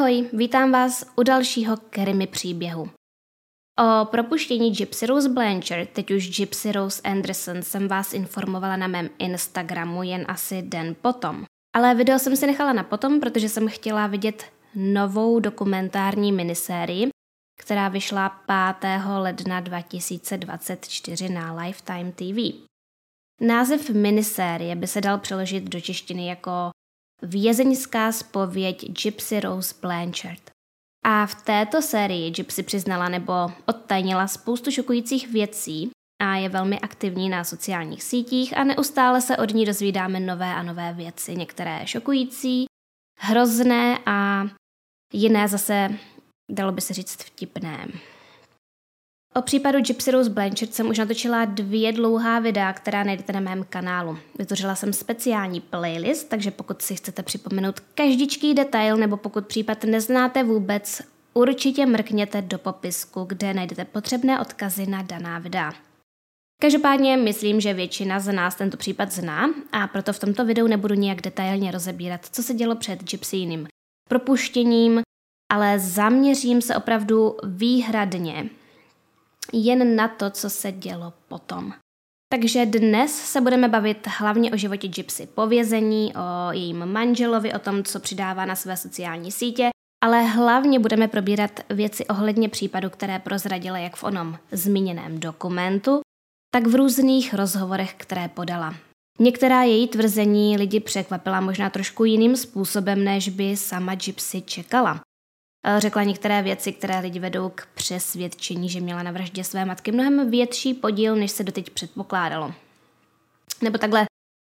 Ahoj, vítám vás u dalšího Kerrymi příběhu. O propuštění Gypsy Rose Blanchard, teď už Gypsy Rose Anderson, jsem vás informovala na mém Instagramu jen asi den potom. Ale video jsem si nechala na potom, protože jsem chtěla vidět novou dokumentární minisérii, která vyšla 5. ledna 2024 na Lifetime TV. Název minisérie by se dal přeložit do češtiny jako Vězeňská zpověď Gypsy Rose Blanchard. A v této sérii Gypsy přiznala nebo odtajnila spoustu šokujících věcí a je velmi aktivní na sociálních sítích a neustále se od ní dozvídáme nové a nové věci. Některé šokující, hrozné a jiné zase, dalo by se říct, vtipné. O případu Gypsy Rose Blanchard jsem už natočila 2 dlouhá videa, která najdete na mém kanálu. Vytvořila jsem speciální playlist, takže pokud si chcete připomenout každičký detail nebo pokud případ neznáte vůbec, určitě mrkněte do popisku, kde najdete potřebné odkazy na daná videa. Každopádně myslím, že většina z nás tento případ zná a proto v tomto videu nebudu nijak detailně rozebírat, co se dělo před Gypsyným propuštěním, ale zaměřím se opravdu výhradně jen na to, co se dělo potom. Takže dnes se budeme bavit hlavně o životě Gypsy po vězení, o jejím manželovi, o tom, co přidává na své sociální sítě, ale hlavně budeme probírat věci ohledně případu, které prozradila jak v onom zmíněném dokumentu, tak v různých rozhovorech, které podala. Některá její tvrzení lidi překvapila možná trošku jiným způsobem, než by sama Gypsy čekala. Řekla některé věci, které lidi vedou k přesvědčení, že měla na vraždě své matky mnohem větší podíl, než se doteď předpokládalo. Nebo takhle,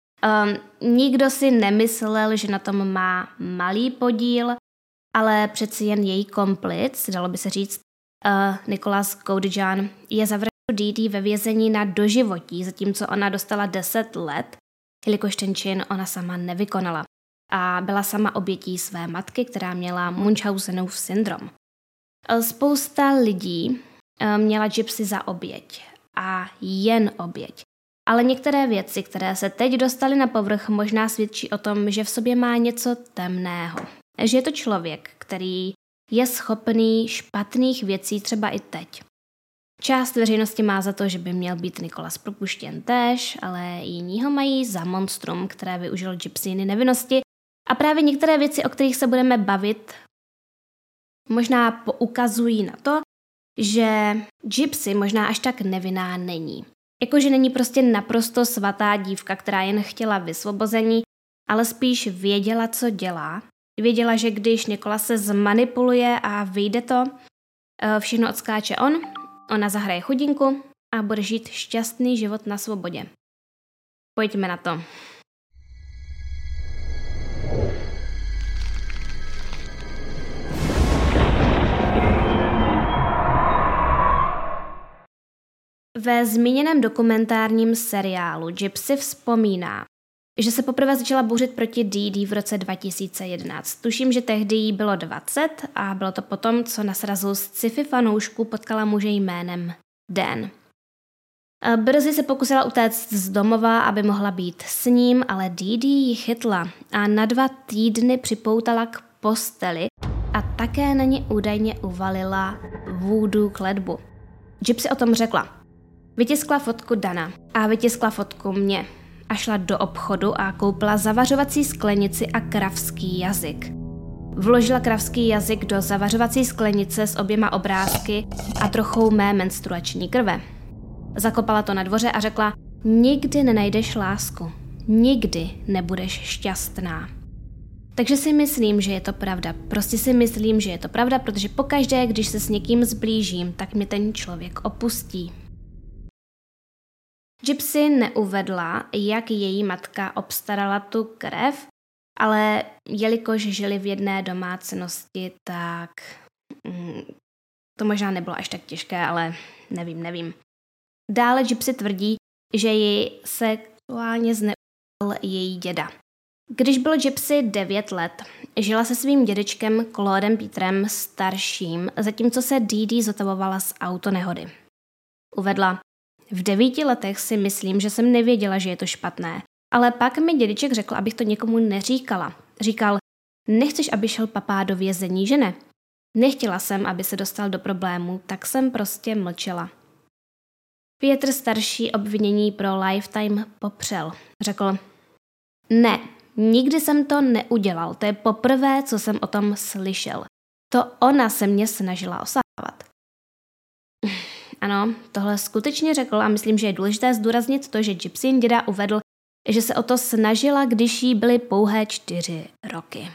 nikdo si nemyslel, že na tom má malý podíl, ale přeci jen její komplic, dalo by se říct, Nicholas Koudjan, je za vraždu Dee ve vězení na doživotí, zatímco ona dostala 10 let, jelikož ten čin ona sama nevykonala. A byla sama obětí své matky, která měla Munchausenův syndrom. Spousta lidí měla Gypsy za oběť a jen oběť. Ale některé věci, které se teď dostaly na povrch, možná svědčí o tom, že v sobě má něco temného. Že je to člověk, který je schopný špatných věcí třeba i teď. Část veřejnosti má za to, že by měl být Nicholas propuštěn též, ale jiní ho mají za monstrum, které využil Gypsyny nevinnosti. A právě některé věci, o kterých se budeme bavit, možná poukazují na to, že Gypsy možná až tak nevinná není. Jakože není prostě naprosto svatá dívka, která jen chtěla vysvobození, ale spíš věděla, co dělá. Věděla, že když Nicholas se zmanipuluje a vyjde to, všechno odskáče ona zahraje chudinku a bude žít šťastný život na svobodě. Pojďme na to. Ve zmíněném dokumentárním seriálu Gypsy vzpomíná, že se poprvé začala bouřit proti Dee v roce 2011. Tuším, že tehdy jí bylo 20 a bylo to potom, co na srazu z sci-fi fanoušků potkala muže jménem Dan. Brzy se pokusila utéct z domova, aby mohla být s ním, ale Dee ji chytla a na 2 týdny připoutala k posteli a také na ně údajně uvalila voodoo kletbu. Gypsy o tom řekla. Vytiskla fotku Dana a vytiskla fotku mě a šla do obchodu a koupila zavařovací sklenici a kravský jazyk. Vložila kravský jazyk do zavařovací sklenice s oběma obrázky a trochou mé menstruační krve. Zakopala to na dvoře a řekla, nikdy nenajdeš lásku, nikdy nebudeš šťastná. Takže si myslím, že je to pravda. Prostě si myslím, že je to pravda, protože pokaždé, když se s někým zblížím, tak mě ten člověk opustí. Gypsy neuvedla, jak její matka obstarala tu krev, ale jelikož žili v jedné domácnosti, tak to možná nebylo až tak těžké, ale nevím. Dále Gypsy tvrdí, že ji sexuálně zneužil její děda. Když bylo Gypsy 9 let, žila se svým dědečkem Claudem Petrem starším, zatímco se Dee zotavovala z autonehody. Uvedla, v 9 letech si myslím, že jsem nevěděla, že je to špatné, ale pak mi dědeček řekl, abych to někomu neříkala. Říkal, Nechceš, aby šel papá do vězení, že ne? Nechtěla jsem, aby se dostal do problémů, tak jsem prostě mlčela. Pieter starší obvinění pro lifetime popřel. Řekl, ne, nikdy jsem to neudělal, to je poprvé, co jsem o tom slyšel. To ona se mě snažila osávat. Ano, tohle skutečně řekl a myslím, že je důležité zdůraznit to, že Gypsyn děda uvedl, že se o to snažila, když jí byly pouhé 4 roky.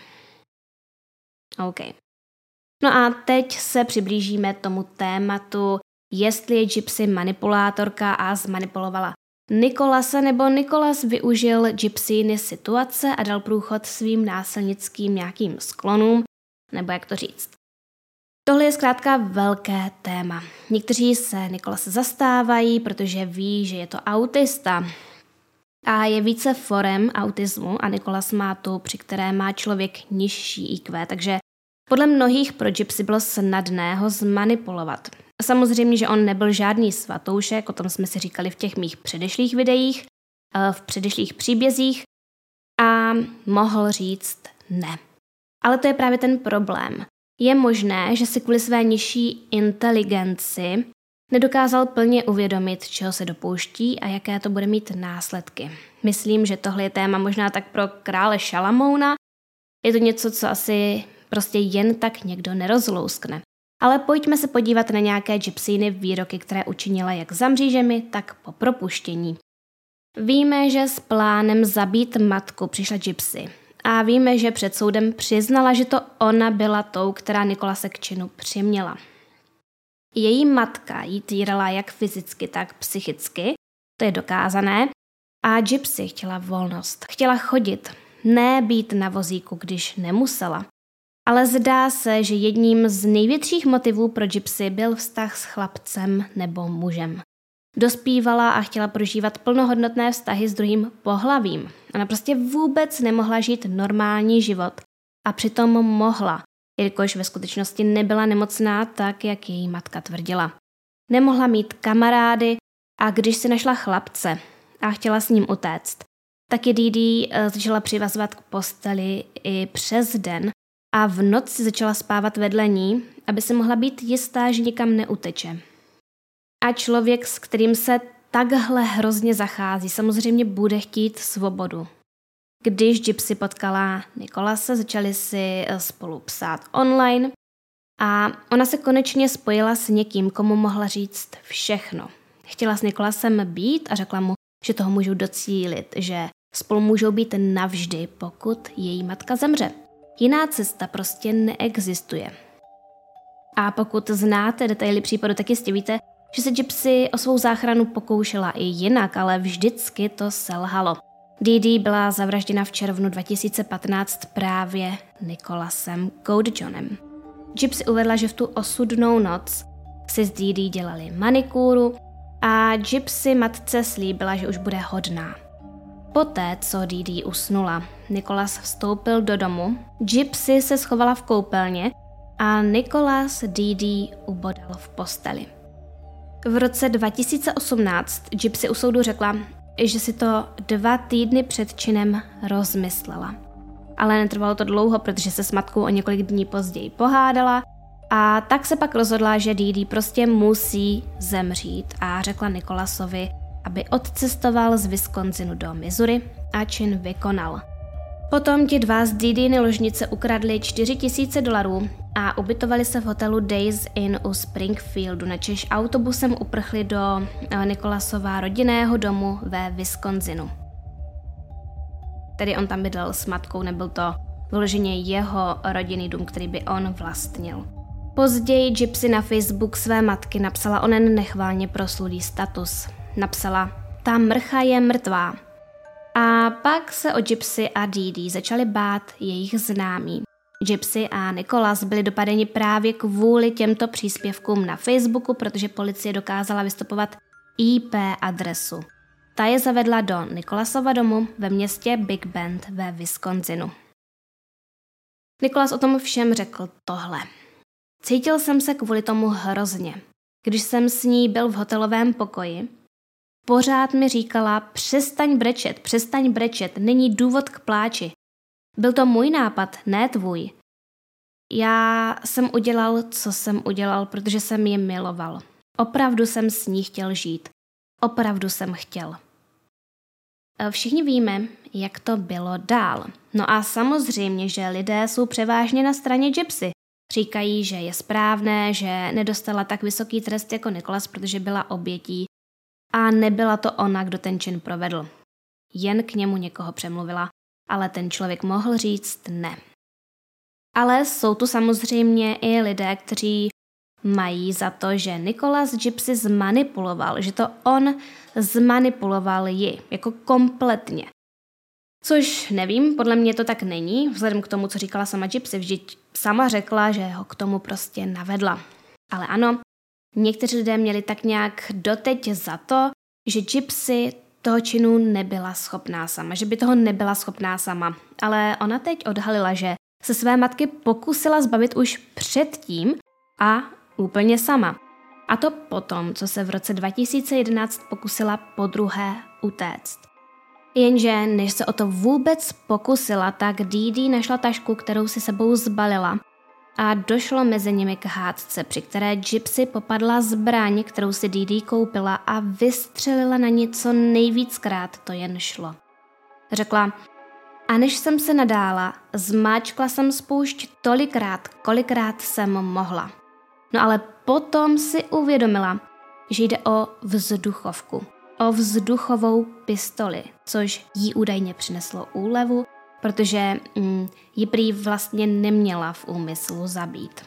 OK. No a teď se přiblížíme tomu tématu, jestli je Gypsy manipulátorka a zmanipulovala Nicholase, nebo Nicholas využil Gypsyny situace a dal průchod svým násilnickým nějakým sklonům, nebo jak to říct. Tohle je zkrátka velké téma. Někteří se Nicholase zastávají, protože ví, že je to autista. A je více forem autismu a Nicholas má tu, při které má člověk nižší IQ, takže podle mnohých pro Gypsy bylo snadné ho zmanipulovat. Samozřejmě, že on nebyl žádný svatoušek, o tom jsme si říkali v těch mých předešlých videích, v předešlých příbězích a mohl říct ne. Ale to je právě ten problém. Je možné, že si kvůli své nižší inteligenci nedokázal plně uvědomit, čeho se dopouští a jaké to bude mít následky. Myslím, že tohle je téma možná tak pro krále Šalamouna. Je to něco, co asi prostě jen tak někdo nerozlouskne. Ale pojďme se podívat na nějaké Gypsyny výroky, které učinila jak za mřížemi, tak po propuštění. Víme, že s plánem zabít matku přišla Gypsy. A víme, že před soudem přiznala, že to ona byla tou, která Nicholase k činu přiměla. Její matka jí týrala jak fyzicky, tak psychicky, to je dokázané, a Gypsy chtěla volnost. Chtěla chodit, ne být na vozíku, když nemusela. Ale zdá se, že jedním z největších motivů pro Gypsy byl vztah s chlapcem nebo mužem. Dospívala a chtěla prožívat plnohodnotné vztahy s druhým pohlavím. Ona prostě vůbec nemohla žít normální život a přitom mohla, jelikož ve skutečnosti nebyla nemocná tak, jak její matka tvrdila. Nemohla mít kamarády a když si našla chlapce a chtěla s ním utéct, tak je Didi začala přivazovat k posteli i přes den a v noci začala spávat vedle ní, aby se mohla být jistá, že nikam neuteče. A člověk, s kterým se takhle hrozně zachází, samozřejmě bude chtít svobodu. Když Gypsy potkala Nicholase, začali si spolu psát online a ona se konečně spojila s někým, komu mohla říct všechno. Chtěla s Nicholasem být a řekla mu, že toho můžou docílit, že spolu můžou být navždy, pokud její matka zemře. Jiná cesta prostě neexistuje. A pokud znáte detaily případu, tak jistě víte, že se Gypsy o svou záchranu pokoušela i jinak, ale vždycky to selhalo. Didi byla zavražděna v červnu 2015 právě Nicholasem Godejohnem. Gypsy uvedla, že v tu osudnou noc si s Didi dělali manikúru a Gypsy matce slíbila, že už bude hodná. Poté, co Didi usnula, Nicholas vstoupil do domu, Gypsy se schovala v koupelně a Nicholas Didi ubodal v posteli. V roce 2018 Gypsy u soudu řekla, že si to 2 týdny před činem rozmyslela. Ale netrvalo to dlouho, protože se s matkou o několik dní později pohádala a tak se pak rozhodla, že Didi prostě musí zemřít a řekla Nicholasovi, aby odcestoval z Wisconsinu do Missouri a čin vykonal. Potom ti 2 z Didiny ložnice ukradli $4,000 a ubytovali se v hotelu Days Inn u Springfieldu, načež autobusem uprchli do Nicholasova rodinného domu ve Wisconsinu. Tedy on tam bydlel s matkou, nebyl to vyloženě jeho rodinný dům, který by on vlastnil. Později Gypsy na Facebook své matky napsala onen nechválně proslulý status. Napsala, ta mrcha je mrtvá. A pak se o Gypsy a Didi začali bát jejich známí. Gypsy a Nicholas byli dopadeni právě kvůli těmto příspěvkům na Facebooku, protože policie dokázala vystupovat IP adresu. Ta je zavedla do Nicholasova domu ve městě Big Bend ve Wisconsinu. Nicholas o tom všem řekl tohle. Cítil jsem se kvůli tomu hrozně. Když jsem s ní byl v hotelovém pokoji, pořád mi říkala, přestaň brečet, není důvod k pláči. Byl to můj nápad, ne tvůj. Já jsem udělal, co jsem udělal, protože jsem ji miloval. Opravdu jsem s ní chtěl žít. Opravdu jsem chtěl. Všichni víme, jak to bylo dál. No a samozřejmě, že lidé jsou převážně na straně Gypsy. Říkají, že je správné, že nedostala tak vysoký trest jako Nicholas, protože byla obětí a nebyla to ona, kdo ten čin provedl. Jen k němu někoho přemluvila, ale ten člověk mohl říct ne. Ale jsou tu samozřejmě i lidé, kteří mají za to, že Nicholas Gypsy zmanipuloval, že to on zmanipuloval ji, jako kompletně. Což nevím, podle mě to tak není, vzhledem k tomu, co říkala sama Gypsy, vždyť sama řekla, že ho k tomu prostě navedla. Ale ano, někteří lidé měli tak nějak doteď za to, že Gypsy toho činu nebyla schopná sama, že by toho nebyla schopná sama. Ale ona teď odhalila, že se své matky pokusila zbavit už předtím a úplně sama. A to potom, co se v roce 2011 pokusila podruhé utéct. Jenže než se o to vůbec pokusila, tak Dee Dee našla tašku, kterou si sebou zbalila a došlo mezi nimi k hádce, při které Gypsy popadla zbraň, kterou si Dee Dee koupila a vystřelila na ní co nejvíckrát to jen šlo. Řekla: a než jsem se nadála, zmáčkla jsem spoušť tolikrát, kolikrát jsem mohla. No ale potom si uvědomila, že jde o vzduchovku, o vzduchovou pistoli, což jí údajně přineslo úlevu, protože ji prý vlastně neměla v úmyslu zabít.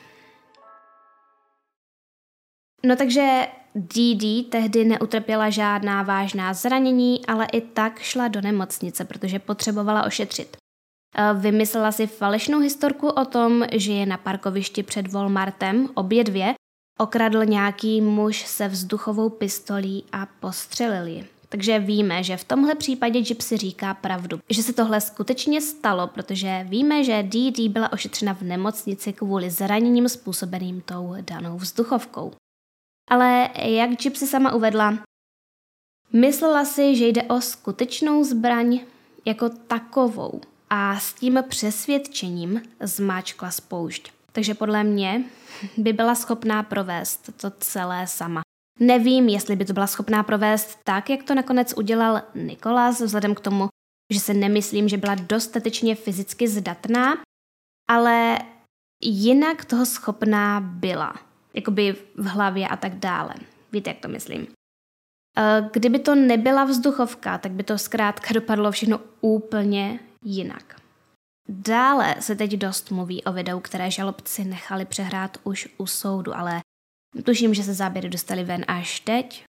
No takže Dee Dee tehdy neutrpěla žádná vážná zranění, ale i tak šla do nemocnice, protože potřebovala ošetřit. Vymyslela si falešnou historku o tom, že je na parkovišti před Walmartem, obě dvě, okradl nějaký muž se vzduchovou pistolí a postřelil ji. Takže víme, že v tomhle případě Gypsy říká pravdu, že se tohle skutečně stalo, protože víme, že Dee Dee byla ošetřena v nemocnici kvůli zraněním způsobeným tou danou vzduchovkou. Ale jak Gypsy sama uvedla, myslela si, že jde o skutečnou zbraň jako takovou a s tím přesvědčením zmáčkla spoušť. Takže podle mě by byla schopná provést to celé sama. Nevím, jestli by to byla schopná provést tak, jak to nakonec udělal Nicholas, vzhledem k tomu, že se nemyslím, že byla dostatečně fyzicky zdatná, ale jinak toho schopná byla. Jakoby v hlavě a tak dále. Víte, jak to myslím. Kdyby to nebyla vzduchovka, tak by to zkrátka dopadlo všechno úplně jinak. Dále se teď dost mluví o videu, které žalobci nechali přehrát už u soudu, ale tuším, že se záběry dostaly ven až teď.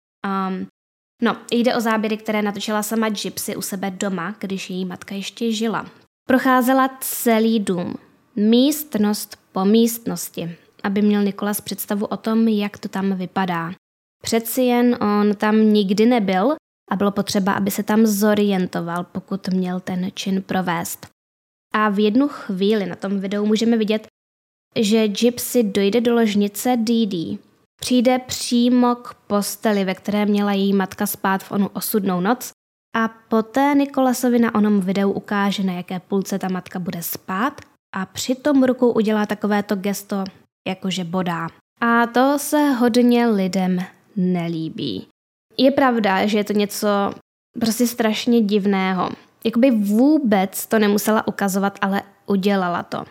Jde o záběry, které natočila sama Gypsy u sebe doma, když její matka ještě žila. Procházela celý dům, místnost po místnosti, aby měl Nicholas představu o tom, jak to tam vypadá. Přeci jen on tam nikdy nebyl a bylo potřeba, aby se tam zorientoval, pokud měl ten čin provést. A v jednu chvíli na tom videu můžeme vidět, že Gypsy dojde do ložnice Dee Dee. Přijde přímo k posteli, ve které měla její matka spát v onu osudnou noc a poté Nicholasovi na onom videu ukáže, na jaké půlce ta matka bude spát a přitom rukou udělá takovéto gesto, jakože bodá. A to se hodně lidem nelíbí. Je pravda, že je to něco prostě strašně divného. Jakoby vůbec to nemusela ukazovat, ale udělala to.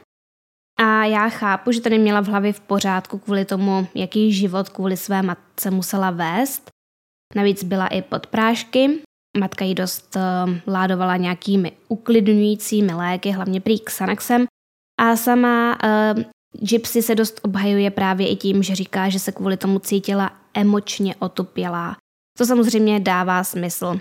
A já chápu, že to neměla v hlavě v pořádku kvůli tomu, jaký život kvůli své matce musela vést. Navíc byla i pod prášky. Matka jí dost ládovala nějakými uklidňujícími léky, hlavně prý Xanaxem. A sama Gypsy se dost obhajuje právě i tím, že říká, že se kvůli tomu cítila emočně otupělá. To samozřejmě dává smysl.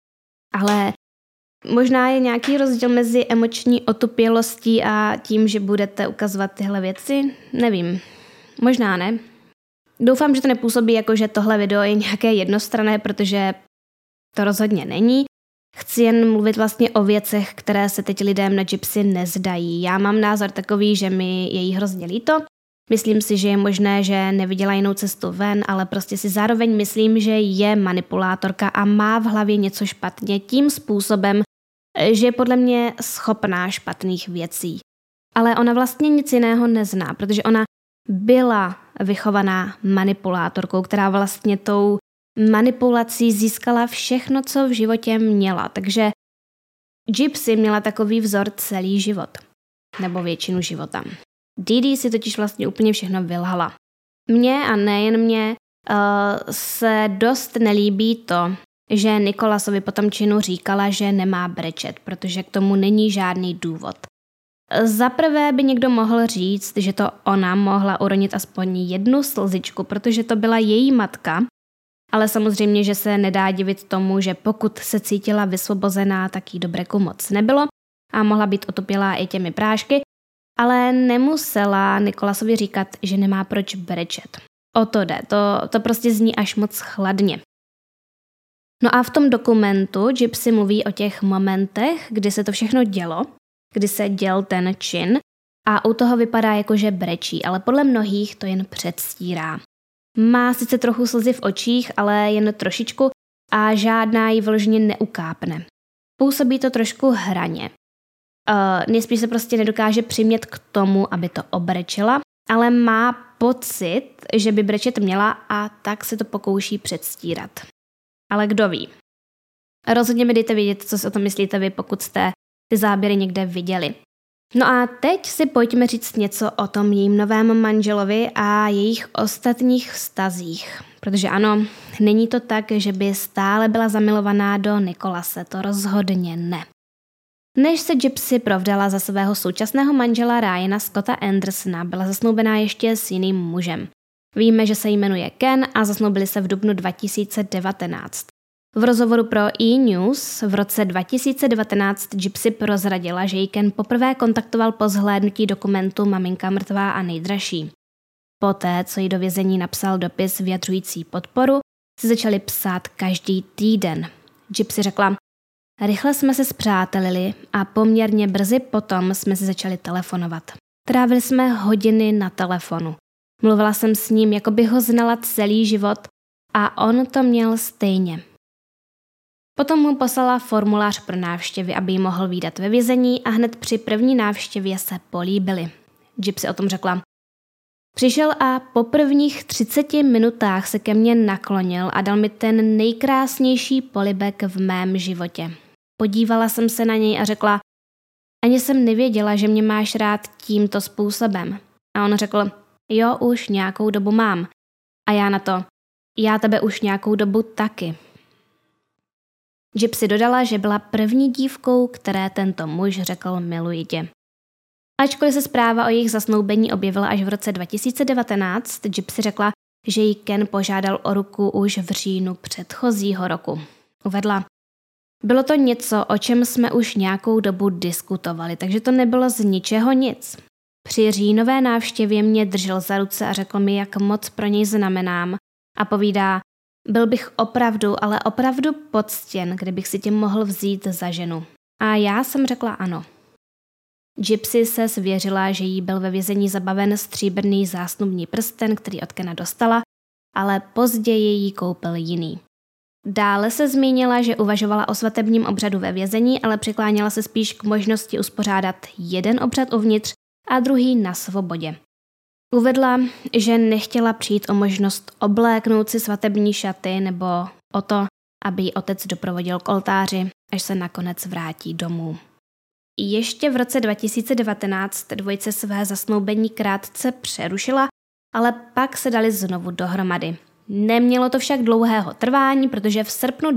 Ale možná je nějaký rozdíl mezi emoční otupělostí a tím, že budete ukazovat tyhle věci? Nevím. Možná ne. Doufám, že to nepůsobí jako, že tohle video je nějaké jednostranné, protože to rozhodně není. Chci jen mluvit vlastně o věcech, které se teď lidem na Gypsy nezdají. Já mám názor takový, že mi je jí hrozně líto. Myslím si, že je možné, že neviděla jinou cestu ven, ale prostě si zároveň myslím, že je manipulátorka a má v hlavě něco špatně tím způsobem, že je podle mě schopná špatných věcí. Ale ona vlastně nic jiného nezná, protože ona byla vychovaná manipulátorkou, která vlastně tou manipulací získala všechno, co v životě měla. Takže Gypsy měla takový vzor celý život. Nebo většinu života. Didi si totiž vlastně úplně všechno vylhala. Mně a nejen mně se dost nelíbí to, že Nicolasovi po tom činu říkala, že nemá brečet, protože k tomu není žádný důvod. Zaprvé by někdo mohl říct, že to ona mohla uronit aspoň jednu slzičku, protože to byla její matka, ale samozřejmě, že se nedá divit tomu, že pokud se cítila vysvobozená, tak jí do breku moc nebylo a mohla být otupělá i těmi prášky, ale nemusela Nicolasovi říkat, že nemá proč brečet. O to jde, to prostě zní až moc chladně. No a v tom dokumentu Gypsy mluví o těch momentech, kdy se to všechno dělo, kdy se děl ten čin a u toho vypadá jako, že brečí, ale podle mnohých to jen předstírá. Má sice trochu slzy v očích, ale jen trošičku a žádná jí vyloženě neukápne. Působí to trošku hraně. Nejspíš se prostě nedokáže přimět k tomu, aby to obrečela, ale má pocit, že by brečet měla a tak se to pokouší předstírat. Ale kdo ví? Rozhodně mi dejte vědět, co si o tom myslíte vy, pokud jste ty záběry někde viděli. No a teď si pojďme říct něco o tom jejím novém manželovi a jejich ostatních vztazích. Protože ano, není to tak, že by stále byla zamilovaná do Nicolase, to rozhodně ne. Než se Gypsy provdala za svého současného manžela Ryana Scotta Andersona, byla zasnoubená ještě s jiným mužem. Víme, že se jmenuje Ken a zasnoubili se v dubnu 2019. V rozhovoru pro E! News v roce 2019 Gypsy prozradila, že ji Ken poprvé kontaktoval po zhlédnutí dokumentu Maminka mrtvá a nejdražší. Poté, co jí do vězení napsal dopis vyjadřující podporu, si začali psát každý týden. Gypsy řekla: rychle jsme se spřátelili a poměrně brzy potom jsme si začali telefonovat. Trávili jsme hodiny na telefonu. Mluvila jsem s ním, jako by ho znala celý život a on to měl stejně. Potom mu poslala formulář pro návštěvy, aby ji mohl vídat ve vězení a hned při první návštěvě se políbili. Gypsy o tom řekla: přišel a po prvních 30 minutách se ke mně naklonil a dal mi ten nejkrásnější polibek v mém životě. Podívala jsem se na něj a řekla: ani jsem nevěděla, že mě máš rád tímto způsobem. A on řekl: jo, už nějakou dobu mám. A já na to: já tebe už nějakou dobu taky. Gypsy dodala, že byla první dívkou, které tento muž řekl: miluji tě. Ačkoliv se zpráva o jejich zasnoubení objevila až v roce 2019, Gypsy řekla, že jí Ken požádal o ruku už v říjnu předchozího roku. Uvedla: bylo to něco, o čem jsme už nějakou dobu diskutovali, takže to nebylo z ničeho nic. Při říjnové návštěvě mě držel za ruce a řekl mi, jak moc pro něj znamenám a povídá: byl bych opravdu, ale opravdu poctěn, kdybych si tě mohl vzít za ženu. A já jsem řekla ano. Gypsy se svěřila, že jí byl ve vězení zabaven stříbrný zásnubní prsten, který od Kena dostala, ale později jí koupil jiný. Dále se zmínila, že uvažovala o svatebním obřadu ve vězení, ale přikláněla se spíš k možnosti uspořádat jeden obřad uvnitř a druhý na svobodě. Uvedla, že nechtěla přijít o možnost obléknout si svatební šaty nebo o to, aby ji otec doprovodil k oltáři, až se nakonec vrátí domů. Ještě v roce 2019 dvojice své zasnoubení krátce přerušila, ale pak se dali znovu dohromady. Nemělo to však dlouhého trvání, protože v srpnu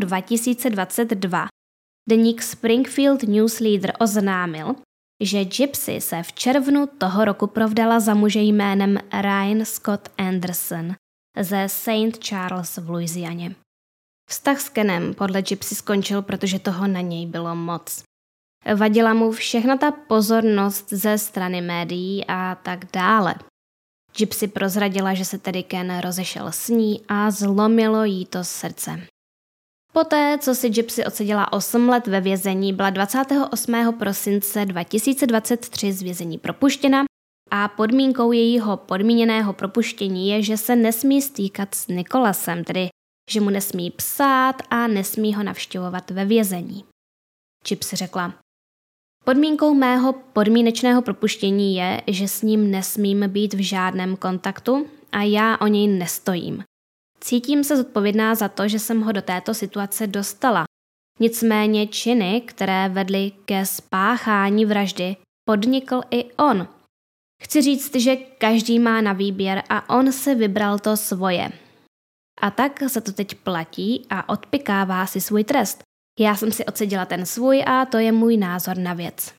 2022 deník Springfield News Leader oznámil, že Gypsy se v červnu toho roku provdala za muže jménem Ryan Scott Anderson ze St. Charles v Louisianě. Vztah s Kenem podle Gypsy skončil, protože toho na něj bylo moc. Vadila mu všechna ta pozornost ze strany médií a tak dále. Gypsy prozradila, že se tedy Ken rozešel s ní a zlomilo jí to srdce. Poté, co si Gypsy odseděla 8 let ve vězení, byla 28. prosince 2023 z vězení propuštěna a podmínkou jejího podmíněného propuštění je, že se nesmí stýkat s Nicolasem, tedy že mu nesmí psát a nesmí ho navštěvovat ve vězení. Gypsy řekla: podmínkou mého podmínečného propuštění je, že s ním nesmím být v žádném kontaktu a já o něj nestojím. Cítím se zodpovědná za to, že jsem ho do této situace dostala. Nicméně činy, které vedly ke spáchání vraždy, podnikl i on. Chci říct, že každý má na výběr a on si vybral to svoje. A tak se to teď platí a odpykává si svůj trest. Já jsem si odseděla ten svůj a to je můj názor na věc.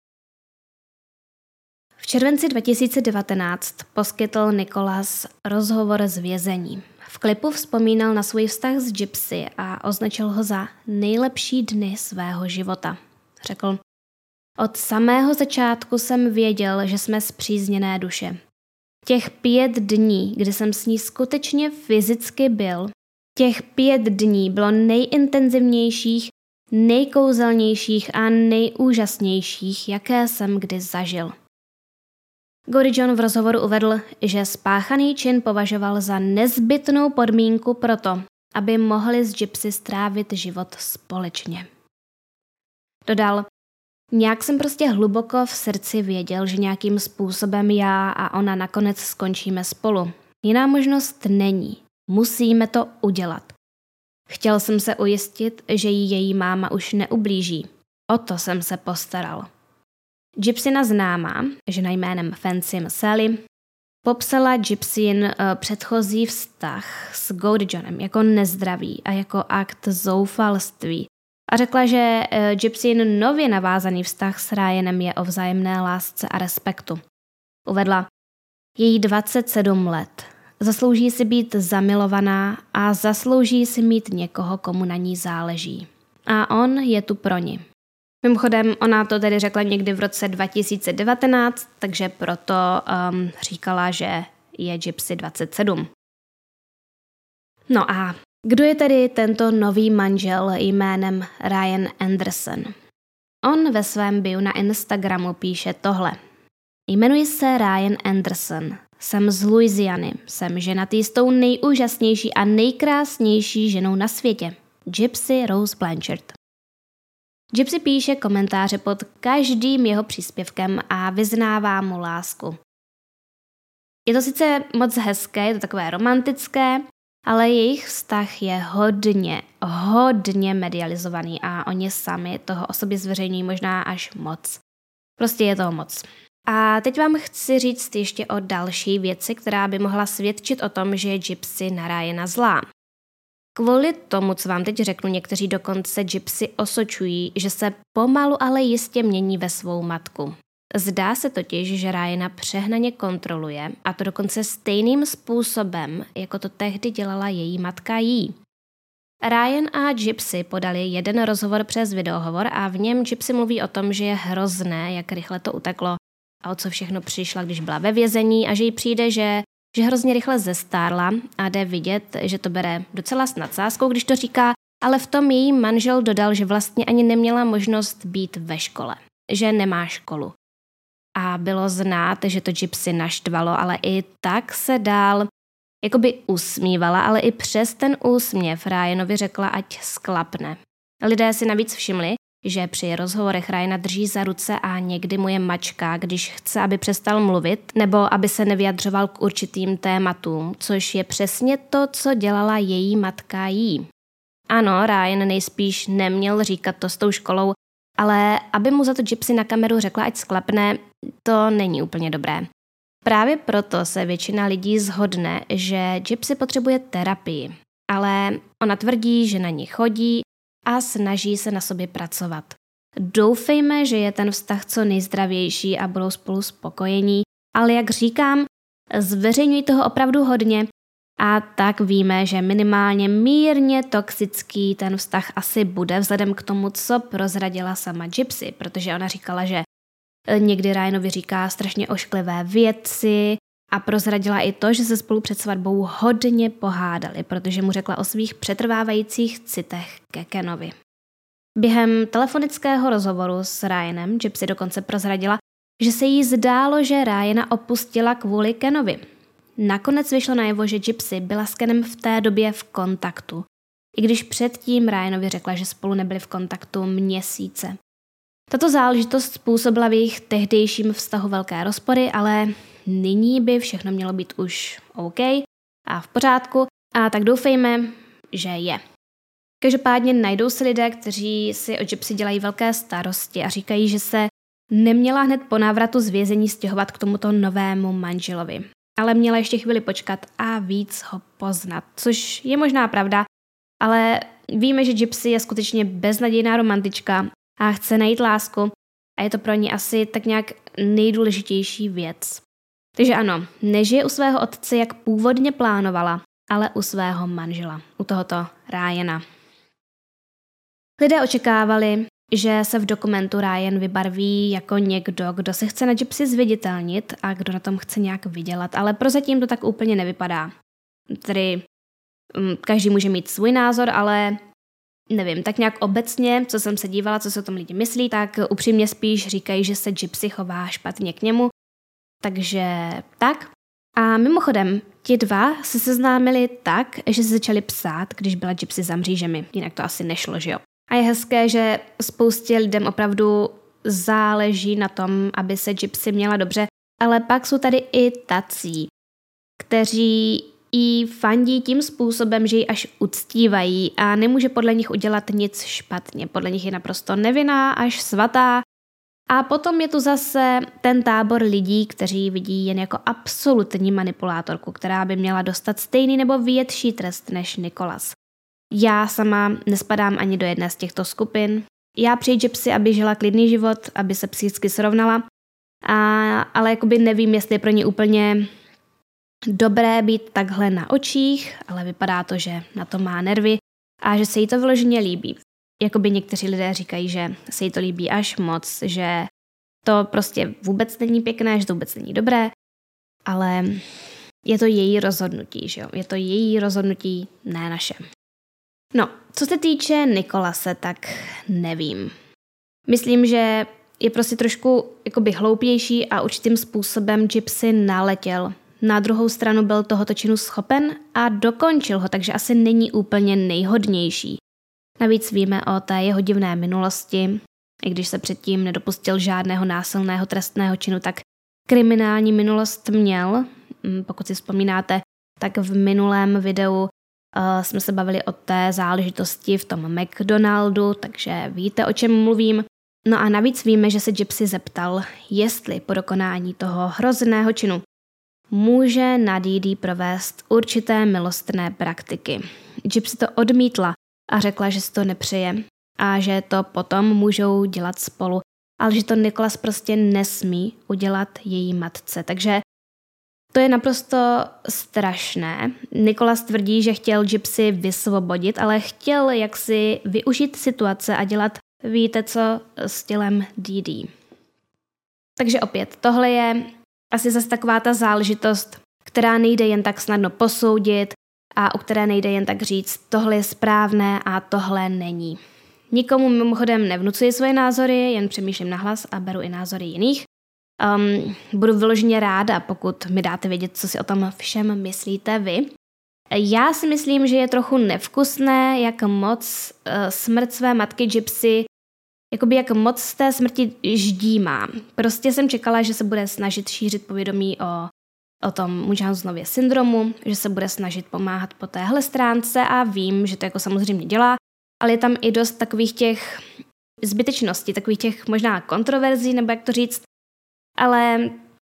V červenci 2019 poskytl Nicholas rozhovor z vězení. V klipu vzpomínal na svůj vztah s Gypsy a označil ho za nejlepší dny svého života. Řekl: od samého začátku jsem věděl, že jsme spřízněné duše. Těch 5 dní, kdy jsem s ní skutečně fyzicky byl, těch 5 dní bylo nejintenzivnějších, nejkouzelnějších a nejúžasnějších, jaké jsem kdy zažil. Gory John v rozhovoru uvedl, že spáchaný čin považoval za nezbytnou podmínku pro to, aby mohli s Gypsy strávit život společně. Dodal: nějak jsem prostě hluboko v srdci věděl, že nějakým způsobem já a ona nakonec skončíme spolu. Jiná možnost není. Musíme to udělat. Chtěl jsem se ujistit, že jí její máma už neublíží. O to jsem se postaral. Gypsyna známá, žena jménem Fancy Sally, popsala Gypsyin předchozí vztah s Gory Johnem jako nezdravý a jako akt zoufalství a řekla, že Gypsyin nově navázaný vztah s Ryanem je o vzájemné lásce a respektu. Uvedla: její 27 let. Zaslouží si být zamilovaná a zaslouží si mít někoho, komu na ní záleží. A on je tu pro ni. Mimochodem, ona to tedy řekla někdy v roce 2019, takže proto říkala, že je Gypsy 27. No a kdo je tedy tento nový manžel jménem Ryan Anderson? On ve svém bio na Instagramu píše tohle: jmenuji se Ryan Anderson, jsem z Louisiany, jsem ženatý s tou nejúžasnější a nejkrásnější ženou na světě, Gypsy Rose Blanchard. Gypsy píše komentáře pod každým jeho příspěvkem a vyznává mu lásku. Je to sice moc hezké, je to takové romantické, ale jejich vztah je hodně medializovaný a oni sami toho o sobě zveřejňují možná až moc. Prostě je toho moc. A teď vám chci říct ještě o další věci, která by mohla svědčit o tom, že je Gypsy na Ryana zlá. Kvůli tomu, co vám teď řeknu, někteří dokonce Gypsy osočují, že se pomalu, ale jistě mění ve svou matku. Zdá se totiž, že Ryana přehnaně kontroluje, a to dokonce stejným způsobem, jako to tehdy dělala její matka jí. Ryan a Gypsy podali jeden rozhovor přes videohovor a v něm Gypsy mluví o tom, že je hrozné, jak rychle to uteklo a o co všechno přišla, když byla ve vězení a že jí přijde, že hrozně rychle zestárla a jde vidět, že to bere docela s nadsázkou, když to říká, ale v tom její manžel dodal, že vlastně ani neměla možnost být ve škole, že nemá školu. A bylo znát, že to Gypsy naštvalo, ale i tak se dál jakoby usmívala, ale i přes ten úsměv Ryanovi řekla, ať sklapne. Lidé si navíc všimli, že při rozhovorech Ryana drží za ruce a někdy mu je mačka, když chce, aby přestal mluvit, nebo aby se nevyjadřoval k určitým tématům, což je přesně to, co dělala její matka jí. Ano, Ryan nejspíš neměl říkat to s tou školou, ale aby mu za to Gypsy na kameru řekla, ať sklapne, to není úplně dobré. Právě proto se většina lidí shodne, že Gypsy potřebuje terapii, ale ona tvrdí, že na ní chodí a snaží se na sobě pracovat. Doufejme, že je ten vztah co nejzdravější a budou spolu spokojení, ale jak říkám, zveřejňují toho opravdu hodně a tak víme, že minimálně mírně toxický ten vztah asi bude vzhledem k tomu, co prozradila sama Gypsy, protože ona říkala, že někdy Ryanovi říká strašně ošklivé věci a prozradila i to, že se spolu před svatbou hodně pohádali, protože mu řekla o svých přetrvávajících citech ke Kenovi. Během telefonického rozhovoru s Ryanem Gypsy dokonce prozradila, že se jí zdálo, že Ryana opustila kvůli Kenovi. Nakonec vyšlo najevo, že Gypsy byla s Kenem v té době v kontaktu, i když předtím Ryanovi řekla, že spolu nebyli v kontaktu měsíce. Tato záležitost způsobila v jejich tehdejším vztahu velké rozpory, ale nyní by všechno mělo být už OK a v pořádku, a tak doufejme, že je. Každopádně najdou se lidé, kteří si o Gypsy dělají velké starosti a říkají, že se neměla hned po návratu z vězení stěhovat k tomuto novému manželovi, ale měla ještě chvíli počkat a víc ho poznat, což je možná pravda, ale víme, že Gypsy je skutečně beznadějná romantička a chce najít lásku a je to pro ní asi tak nějak nejdůležitější věc. Takže ano, nežije u svého otce, jak původně plánovala, ale u svého manžela, u tohoto Ryana. Lidé očekávali, že se v dokumentu Ryan vybarví jako někdo, kdo se chce na Gypsy zviditelnit a kdo na tom chce nějak vydělat, ale prozatím to tak úplně nevypadá. Tedy každý může mít svůj názor, ale nevím, tak nějak obecně, co jsem se dívala, co se o tom lidi myslí, tak upřímně spíš říkají, že se Gypsy chová špatně k němu. Takže tak. A mimochodem, ti dva se seznámili tak, že se začali psát, když byla Gypsy za mřížemi. Jinak to asi nešlo, že jo? A je hezké, že spoustě lidem opravdu záleží na tom, aby se Gypsy měla dobře, ale pak jsou tady i tací, kteří jí fandí tím způsobem, že ji až uctívají a nemůže podle nich udělat nic špatně. Podle nich je naprosto nevinná, až svatá. A potom je tu zase ten tábor lidí, kteří vidí jen jako absolutní manipulátorku, která by měla dostat stejný nebo větší trest než Nicholas. Já sama nespadám ani do jedné z těchto skupin. Já přeji Gypsy, aby žila klidný život, aby se psychicky srovnala, ale jakoby nevím, jestli je pro ně úplně dobré být takhle na očích, ale vypadá to, že na to má nervy a že se jí to vyloženě líbí. Jakoby někteří lidé říkají, že se jí to líbí až moc, že to prostě vůbec není pěkné, že to vůbec není dobré, ale je to její rozhodnutí, že jo? Je to její rozhodnutí, ne naše. No, co se týče Nicholase, tak nevím. Myslím, že je prostě trošku jakoby hloupější a určitým způsobem Gypsy naletěl. Na druhou stranu byl tohoto činu schopen a dokončil ho, takže asi není úplně nejhodnější. Navíc víme o té jeho divné minulosti, i když se předtím nedopustil žádného násilného trestného činu, tak kriminální minulost měl. Pokud si vzpomínáte, tak v minulém videu jsme se bavili o té záležitosti v tom McDonaldu, takže víte, o čem mluvím. No a navíc víme, že se Gypsy zeptal, jestli po dokonání toho hrozného činu může na Dee provést určité milostné praktiky. Gypsy to odmítla a řekla, že si to nepřeje a že to potom můžou dělat spolu, ale že to Nicholas prostě nesmí udělat její matce. Takže to je naprosto strašné. Nicholas tvrdí, že chtěl Gypsy vysvobodit, ale chtěl jaksi využít situace a dělat, víte co, s tělem Dee. Takže opět, tohle je asi zase taková ta záležitost, která nejde jen tak snadno posoudit a u které nejde jen tak říct, tohle je správné a tohle není. Nikomu mimochodem nevnucuji svoje názory, jen přemýšlím nahlas a beru i názory jiných. Budu vyloženě ráda, pokud mi dáte vědět, co si o tom všem myslíte vy. Já si myslím, že je trochu nevkusné, jak moc smrt své matky Gypsy, jakoby jak moc z té smrti ždímá. Prostě jsem čekala, že se bude snažit šířit povědomí o tom Munchausenově syndromu, že se bude snažit pomáhat po téhle stránce a vím, že to jako samozřejmě dělá, ale je tam i dost takových těch zbytečností, takových těch možná kontroverzí, nebo jak to říct, ale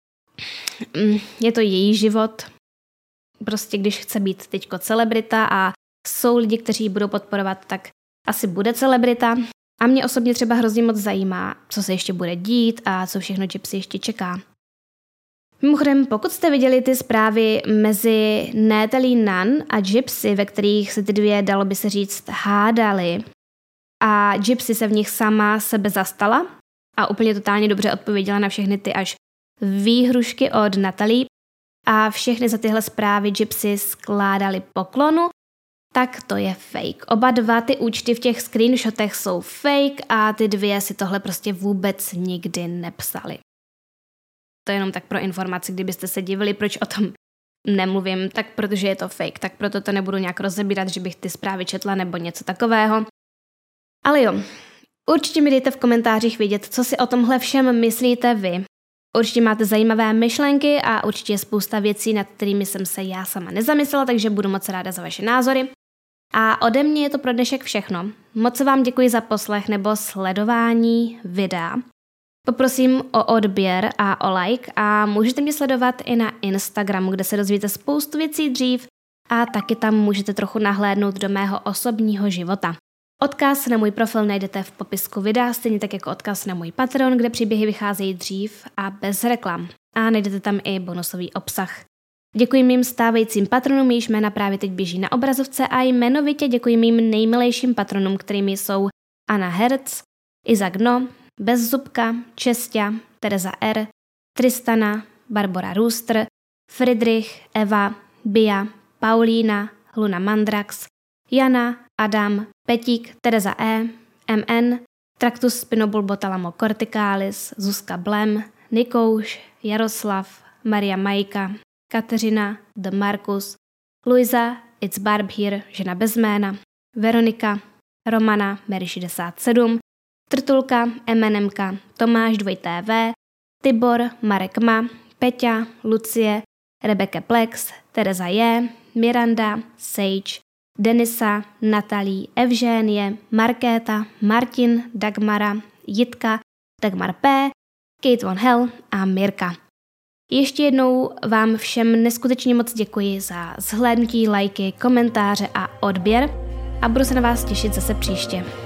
je to její život. Prostě když chce být teďko celebrita a jsou lidi, kteří budou podporovat, tak asi bude celebrita. A mě osobně třeba hrozně moc zajímá, co se ještě bude dít a co všechno Gypsy ještě čeká. Mimochodem, pokud jste viděli ty zprávy mezi Natalie Nunn a Gypsy, ve kterých se ty dvě, dalo by se říct, hádali a Gypsy se v nich sama sebe zastala a úplně totálně dobře odpověděla na všechny ty až výhrušky od Natalie a všechny za tyhle zprávy Gypsy skládali poklonu, tak to je fake. Oba dva ty účty v těch screenshotech jsou fake a ty dvě si tohle prostě vůbec nikdy nepsali. To je jenom tak pro informaci, kdybyste se divili, proč o tom nemluvím, tak protože je to fake, tak proto to nebudu nějak rozebírat, že bych ty zprávy četla nebo něco takového. Ale jo, určitě mi dejte v komentářích vědět, co si o tomhle všem myslíte vy. Určitě máte zajímavé myšlenky a určitě je spousta věcí, nad kterými jsem se já sama nezamyslela, takže budu moc ráda za vaše názory. A ode mě je to pro dnešek všechno. Moc vám děkuji za poslech nebo sledování videa. Poprosím o odběr a o like a můžete mě sledovat i na Instagramu, kde se dozvíte spoustu věcí dřív a taky tam můžete trochu nahlédnout do mého osobního života. Odkaz na můj profil najdete v popisku videa, stejně tak jako odkaz na můj Patreon, kde příběhy vycházejí dřív a bez reklam. A najdete tam i bonusový obsah. Děkuji mým stávajícím patronům, jejichž jména právě teď běží na obrazovce a jmenovitě děkuji mým nejmilejším patronům, kterými jsou Anna Herc, Izak No, Bezzubka, Čestia, Tereza R, Tristana, Barbara Rooster, Friedrich, Eva, Bia, Paulína, Luna Mandrax, Jana, Adam, Petík, Tereza E, MN, Tractus spinobulbotalamo corticalis, Zuzka Blem, Nikouš, Jaroslav, Maria Majka, Kateřina, The Markus, Luisa, It's Barb Here, žena bez jména, Veronika, Romana, Mary 67, Trtulka, MNMka, Tomáš 2TV, Tibor, Marek Ma, Peťa, Lucie, Rebecca Plex, Tereza J, Miranda, Sage, Denisa, Natalí, Evžénie, Markéta, Martin, Dagmara, Jitka, Dagmar P, Kate Von Hell a Mirka. Ještě jednou vám všem neskutečně moc děkuji za zhlédnutí, lajky, komentáře a odběr a budu se na vás těšit zase příště.